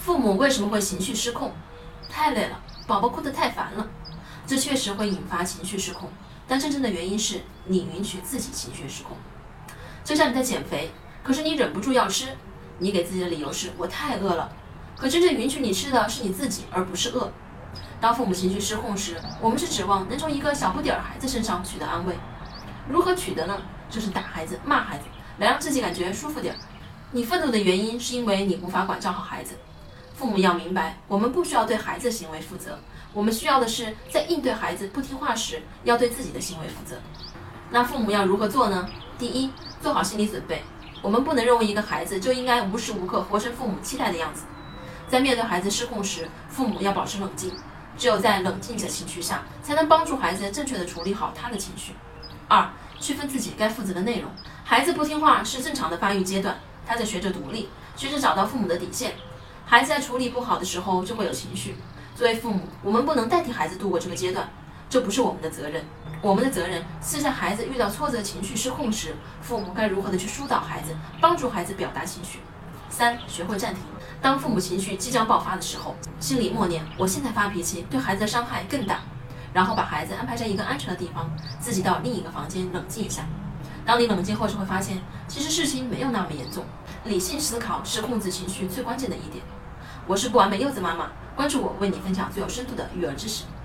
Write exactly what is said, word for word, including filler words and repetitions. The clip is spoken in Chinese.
父母为什么会情绪失控？太累了，宝宝哭得太烦了，这确实会引发情绪失控。但真正的原因是你允许自己情绪失控。就像你在减肥，可是你忍不住要吃，你给自己的理由是我太饿了，可真正允许你吃的是你自己，而不是饿。当父母情绪失控时，我们是指望能从一个小不点儿孩子身上取得安慰。如何取得呢？就是打孩子、骂孩子，来让自己感觉舒服点儿。你愤怒的原因是因为你无法管教好孩子。父母要明白，我们不需要对孩子的行为负责，我们需要的是在应对孩子不听话时，要对自己的行为负责。那父母要如何做呢？第一，做好心理准备。我们不能认为一个孩子就应该无时无刻活成父母期待的样子。在面对孩子失控时，父母要保持冷静，只有在冷静的情绪下，才能帮助孩子正确地处理好他的情绪。二，区分自己该负责的内容。孩子不听话是正常的发育阶段，他在学着独立，学着找到父母的底线。孩子在处理不好的时候就会有情绪，作为父母，我们不能代替孩子度过这个阶段，这不是我们的责任。我们的责任是在孩子遇到挫折、情绪失控时，父母该如何的去疏导孩子，帮助孩子表达情绪。三，学会暂停。当父母情绪即将爆发的时候，心里默念我现在发脾气对孩子的伤害更大，然后把孩子安排在一个安全的地方，自己到另一个房间冷静一下。当你冷静后，就会发现其实事情没有那么严重。理性思考是控制情绪最关键的一点。我是不完美柚子妈妈，关注我，为你分享最有深度的育儿知识。